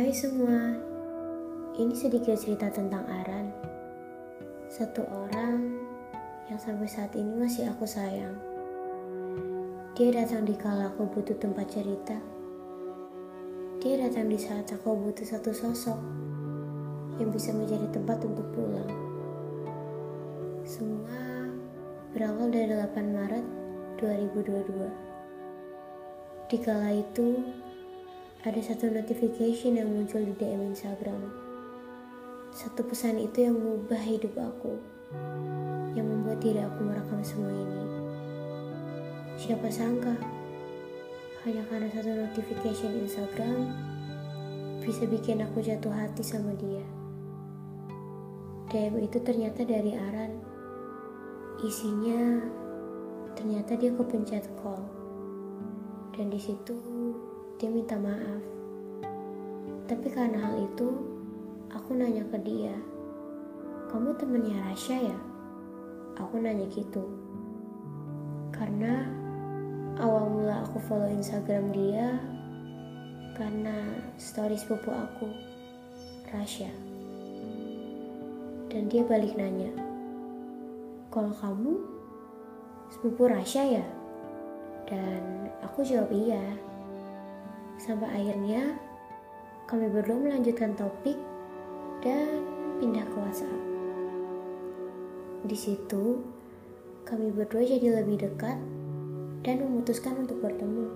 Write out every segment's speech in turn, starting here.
Hai semua, ini sedikit cerita tentang Aran. Satu orang yang sampai saat ini masih aku sayang. Dia datang di kala aku butuh tempat cerita. Dia datang di saat aku butuh satu sosok yang bisa menjadi tempat untuk pulang. Semua berawal dari 8 Maret 2022. Di kala itu, ada satu notification yang muncul di DM Instagram. Satu pesan itu yang mengubah hidup aku, yang membuat diri aku merekam semua ini. Siapa sangka, hanya karena satu notification Instagram bisa bikin aku jatuh hati sama dia. DM itu ternyata dari Aran. Isinya ternyata dia kepencet call, dan di situ dia minta maaf. Tapi karena hal itu, aku nanya ke dia, "Kamu temennya Rasya ya?" Aku nanya gitu. Karena awal mula aku follow Instagram dia karena story sepupu aku, Rasya. Dan dia balik nanya, "Kalau kamu sepupu Rasya ya?" Dan aku jawab iya. Sampai akhirnya kami berdua melanjutkan topik dan pindah ke WhatsApp. Di situ kami berdua jadi lebih dekat dan memutuskan untuk bertemu.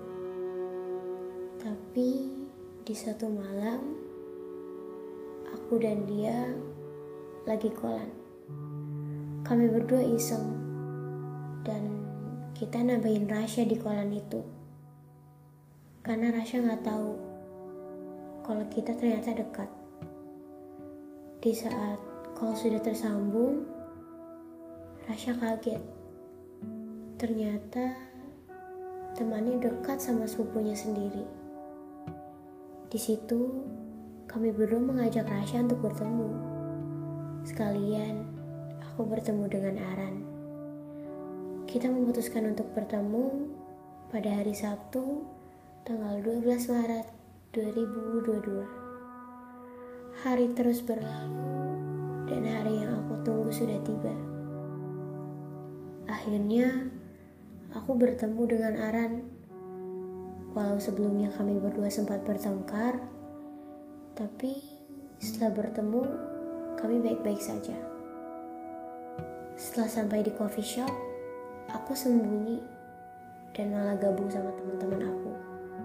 Tapi di satu malam aku dan dia lagi kolan. Kami berdua iseng dan kita nambahin Rasya di kolan itu. Karena Rasya gak tahu kalau kita ternyata dekat. Di saat call sudah tersambung, Rasya kaget. Ternyata temannya dekat sama sepupunya sendiri. Di situ kami berdua mengajak Rasya untuk bertemu. Sekalian aku bertemu dengan Aran. Kita memutuskan untuk bertemu pada hari Sabtu tanggal 12 Maret 2022. Hari terus berlalu dan hari yang aku tunggu sudah tiba. Akhirnya aku bertemu dengan Aran. Walau sebelumnya kami berdua sempat bertengkar, tapi setelah bertemu kami baik-baik saja. Setelah sampai di coffee shop, aku sembunyi dan malah gabung sama teman-teman aku.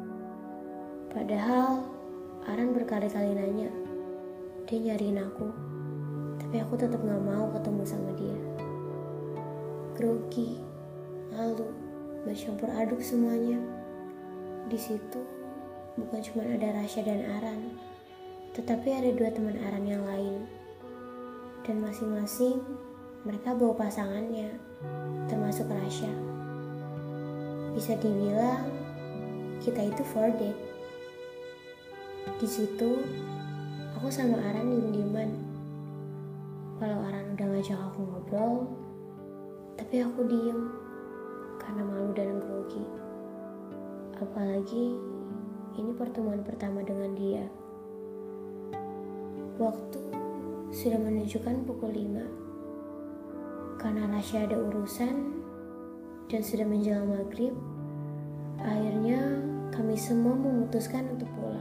Padahal Aran berkali-kali nanya, dia nyariin aku, tapi aku tetap gak mau ketemu sama dia. Grogi, malu, bercampur aduk semuanya. Di situ bukan cuma ada Rasya dan Aran, tetapi ada 2 teman Aran yang lain. Dan masing-masing mereka bawa pasangannya, termasuk Rasya. Bisa dibilang kita itu for date. Di situ aku sama Aran diem-dieman. Walau Aran udah ngajak aku ngobrol, tapi aku diem karena malu dan grogi. Apalagi ini pertemuan pertama dengan dia. Waktu sudah menunjukkan pukul 5. Karena Rasya ada urusan dan sudah menjelang maghrib, akhirnya kami semua memutuskan untuk pulang.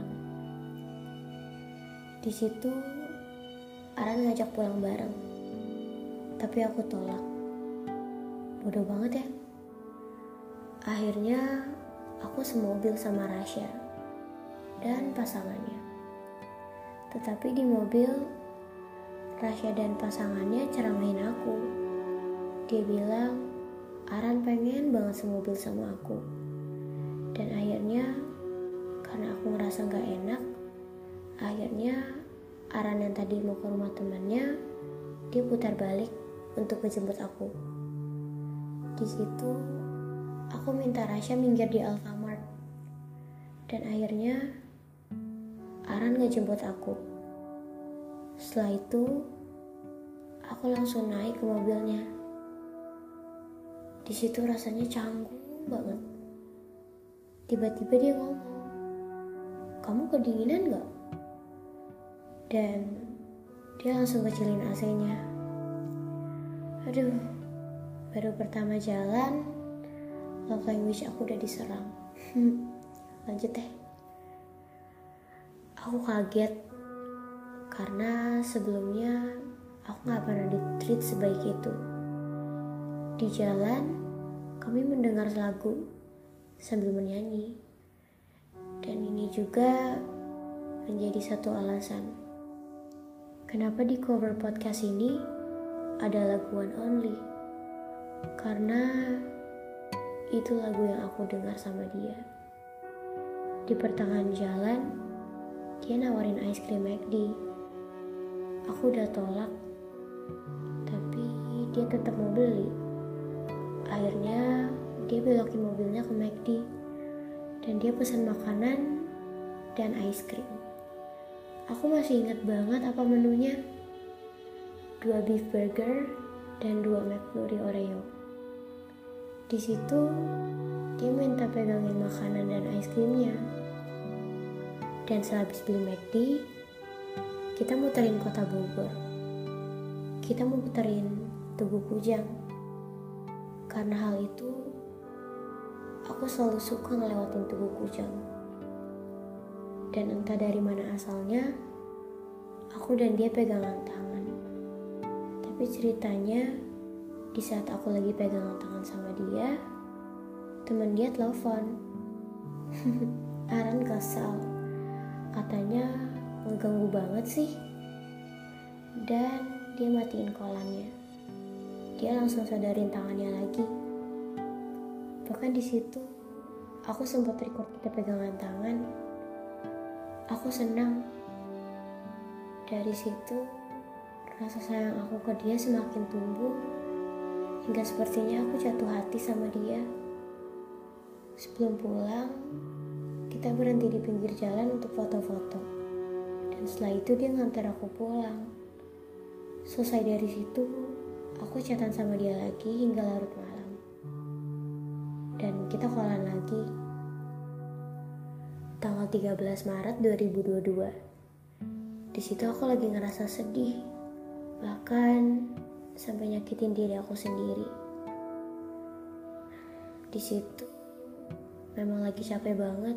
Di situ Aran ngajak pulang bareng, tapi aku tolak. Bodoh banget ya. Akhirnya aku semobil sama Rasya dan pasangannya. Tetapi di mobil, Rasya dan pasangannya ceramahin aku. Dia bilang Aran pengen banget semobil sama aku. Dan akhirnya karena aku ngerasa gak enak, akhirnya Aran yang tadi mau ke rumah temannya, dia putar balik untuk menjemput aku. Di situ aku minta Rasya minggir di Alfamart. Dan akhirnya Aran ngejemput aku. Setelah itu aku langsung naik ke mobilnya. Di situ rasanya canggung banget. Tiba-tiba dia ngomong, "Kamu kedinginan gak?" Dan dia langsung kecilin AC-nya. Aduh, baru pertama jalan, love language aku udah diserang. Lanjut deh. Aku kaget karena sebelumnya aku gak pernah di-treat sebaik itu. Di jalan, kami mendengar lagu sambil menyanyi. Dan ini juga menjadi satu alasan kenapa di cover podcast ini ada lagu One Only. Karena itu lagu yang aku dengar sama dia. Di pertengahan jalan, dia nawarin ice cream McD. Aku udah tolak, tapi dia tetap mau beli. Akhirnya dia belokin mobilnya ke McD dan dia pesan makanan dan ice cream. Aku masih ingat banget apa menunya. 2 beef burger dan 2 McFlurry Oreo. Di situ dia minta pegangin makanan dan ice creamnya. Dan sehabis beli McD, kita muterin kota Bogor. Kita mau muterin Tugu Kujang. Karena hal itu, aku selalu suka ngelewatin Tugu Kujang. Dan entah dari mana asalnya, aku dan dia pegangan tangan. Tapi ceritanya, di saat aku lagi pegangan tangan sama dia, temen dia telepon. Aran kesal. Katanya ngeganggu banget sih. Dan dia matiin kolannya. Dia langsung sadarin tangannya lagi. Bahkan di situ aku sempat record kita pegangan tangan. Aku senang. Dari situ rasa sayang aku ke dia semakin tumbuh hingga sepertinya aku jatuh hati sama dia. Sebelum pulang, kita berhenti di pinggir jalan untuk foto-foto. Dan setelah itu dia nganter aku pulang. Selesai dari situ, aku chatan sama dia lagi hingga larut malam. Dan kita callan lagi. Tanggal 13 Maret 2022. Di situ aku lagi ngerasa sedih. Bahkan sampai nyakitin diri aku sendiri. Di situ memang lagi capek banget.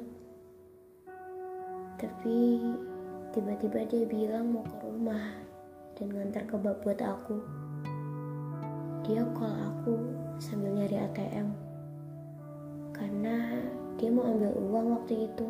Tapi tiba-tiba dia bilang mau ke rumah dan ngantar kebab buat aku. Dia call aku sambil nyari ATM karena dia mau ambil uang waktu itu.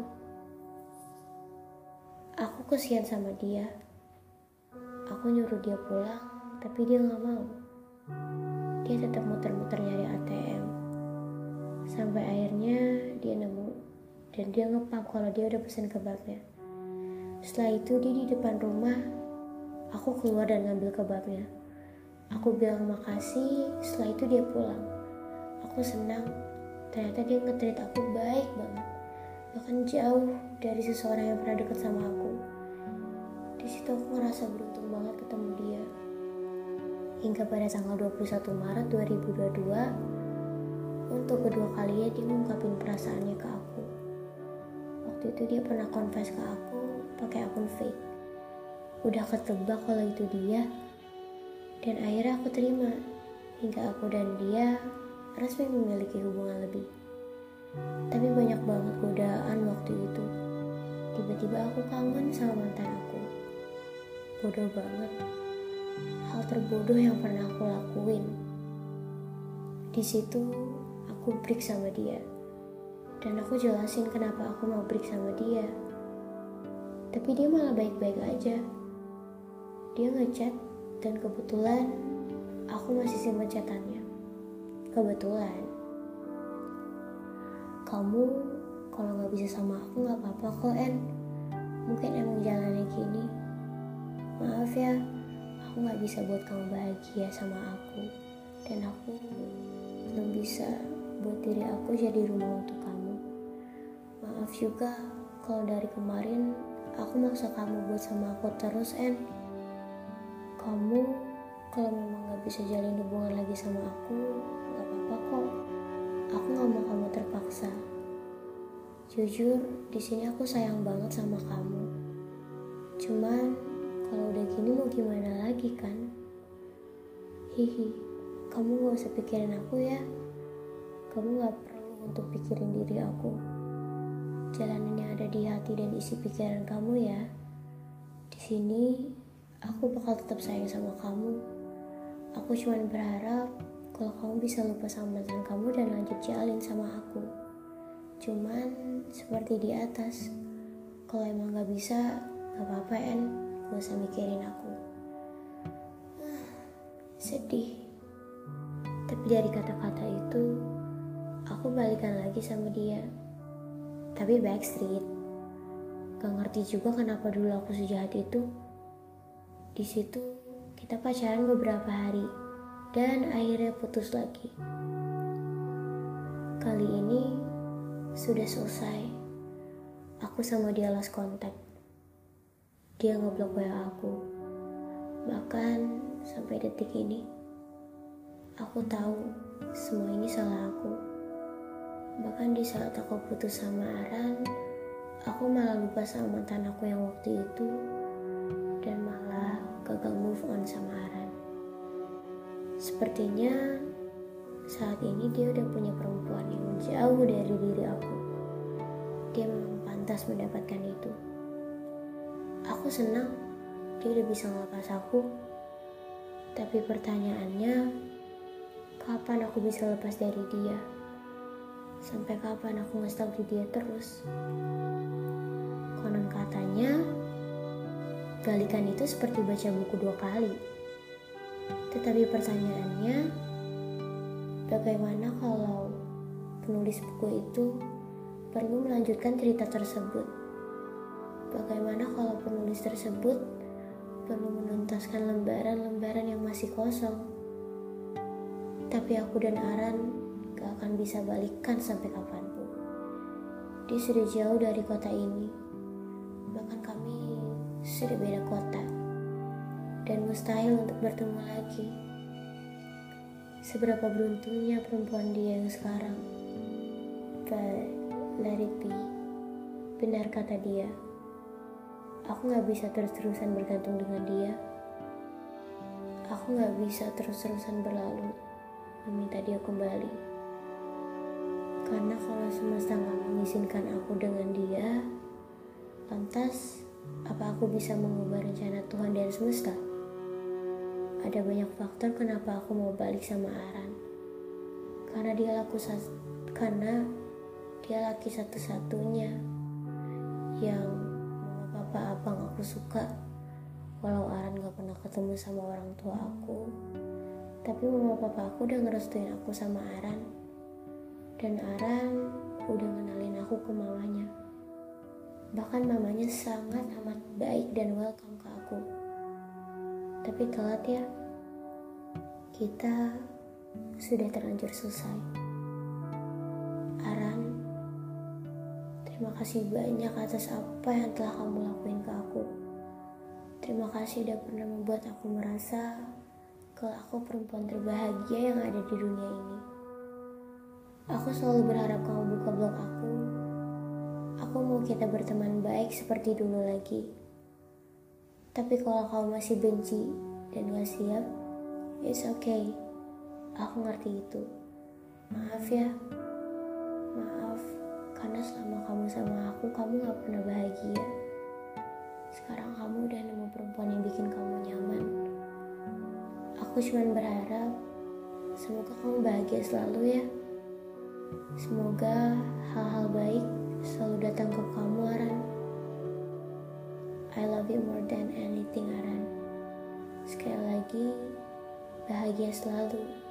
Aku kesian sama dia. Aku nyuruh dia pulang, tapi dia gak mau. Dia tetap muter-muter nyari ATM. Sampai akhirnya dia nemu dan dia ngepap kalau dia udah pesen kebabnya. Setelah itu dia di depan rumah. Aku keluar dan ngambil kebabnya. Aku bilang makasih, setelah itu dia pulang. Aku senang, ternyata dia nge-treat aku baik banget. Bahkan jauh dari seseorang yang pernah dekat sama aku. Di situ aku ngerasa beruntung banget ketemu dia. Hingga pada tanggal 21 Maret 2022, untuk kedua kalinya dia mengungkapin perasaannya ke aku. Waktu itu dia pernah confess ke aku pakai akun fake. Udah ketebak kalau itu dia. Dan akhirnya aku terima, hingga aku dan dia resmi memiliki hubungan lebih. Tapi banyak banget godaan waktu itu. Tiba-tiba aku kangen sama mantan aku. Bodoh banget. Hal terbodoh yang pernah aku lakuin. Di situ aku break sama dia. Dan aku jelasin kenapa aku mau break sama dia. Tapi dia malah baik-baik aja. Dia ngechat dan kebetulan aku masih simpen chatannya. Kebetulan. Kamu kalau gak bisa sama aku gak apa-apa kok, En. Mungkin emang jalannya gini. Maaf ya, aku gak bisa buat kamu bahagia sama aku. Dan aku belum bisa buat diri aku jadi rumah untuk kamu. Maaf juga kalau dari kemarin aku maksa kamu buat sama aku terus, En. Kamu kalau memang gak bisa jalin hubungan lagi sama aku, gak apa-apa kok. Aku gak mau kamu terpaksa. Jujur, di sini aku sayang banget sama kamu. Cuman Kalau udah gini mau gimana lagi kan? Hihi, kamu gak usah pikirin aku ya. Kamu gak perlu untuk pikirin diri aku. Jalanan yang ada di hati dan isi pikiran kamu ya. Di sini aku bakal tetap sayang sama kamu. Aku cuma berharap kalau kamu bisa lupa sama mantan kamu dan lanjut jalin sama aku. Cuman seperti di atas, kalau emang gak bisa, gak apa-apa En, gak usah mikirin aku. Sedih. Tapi dari kata-kata itu, aku balikan lagi sama dia. Tapi backstreet. Gak ngerti juga kenapa dulu aku sejahat itu. Di situ kita pacaran beberapa hari dan akhirnya putus lagi. Kali ini sudah selesai. Aku sama dia lost contact. Dia ngeblok WA aku. Bahkan sampai detik ini aku tahu semua ini salah aku. Bahkan di saat aku putus sama Aran, aku malah lupa sama mantan aku yang waktu itu dan malah gagal move on sama Aran. Sepertinya saat ini dia udah punya perempuan yang jauh dari diri aku. Dia memang pantas mendapatkan itu. Aku senang dia udah bisa ngelepas aku. Tapi pertanyaannya, kapan aku bisa lepas dari dia? Sampai kapan aku nge-stalk di dia terus? Konon katanya, balikan itu seperti baca buku 2 kali. Tetapi pertanyaannya, bagaimana kalau penulis buku itu perlu melanjutkan cerita tersebut? Bagaimana kalau penulis tersebut perlu menuntaskan lembaran-lembaran yang masih kosong? Tapi aku dan Aran gak akan bisa balikan sampai kapanpun. Dia sudah jauh dari kota ini. Bahkan kami sudah beda kota. Dan mustahil untuk bertemu lagi. Seberapa beruntungnya perempuan dia yang sekarang. But let it be. Benar kata dia. Aku gak bisa terus-terusan bergantung dengan dia. Aku gak bisa terus-terusan berlalu meminta dia kembali. Karena kalau semesta gak mengizinkan aku dengan dia, lantas apa aku bisa mengubah rencana Tuhan dan semesta? Ada banyak faktor kenapa aku mau balik sama Aran. Karena dia laki satu-satunya yang mama papa abang aku suka. Walau Aran gak pernah ketemu sama orang tua aku, tapi mama papa aku udah ngerestuin aku sama Aran. Dan Aran udah ngenalin aku ke mamanya. Bahkan mamanya sangat amat baik dan welcome ke aku. Tapi telat ya. Kita sudah terlanjur selesai. Aran, terima kasih banyak atas apa yang telah kamu lakuin ke aku. Terima kasih udah pernah membuat aku merasa kalau aku perempuan terbahagia yang ada di dunia ini. Aku selalu berharap kamu buka blog aku. Aku mau kita berteman baik seperti dulu lagi. Tapi kalau kamu masih benci dan gak siap, it's okay. Aku ngerti itu. Maaf ya. Maaf, karena selama kamu sama aku, kamu gak pernah bahagia. Sekarang kamu udah nemu perempuan yang bikin kamu nyaman. Aku cuma berharap semoga kamu bahagia selalu ya. Semoga hal-hal baik selalu datang ke kamu, Aran. I love you more than anything, Aran. Sekali lagi, bahagia selalu.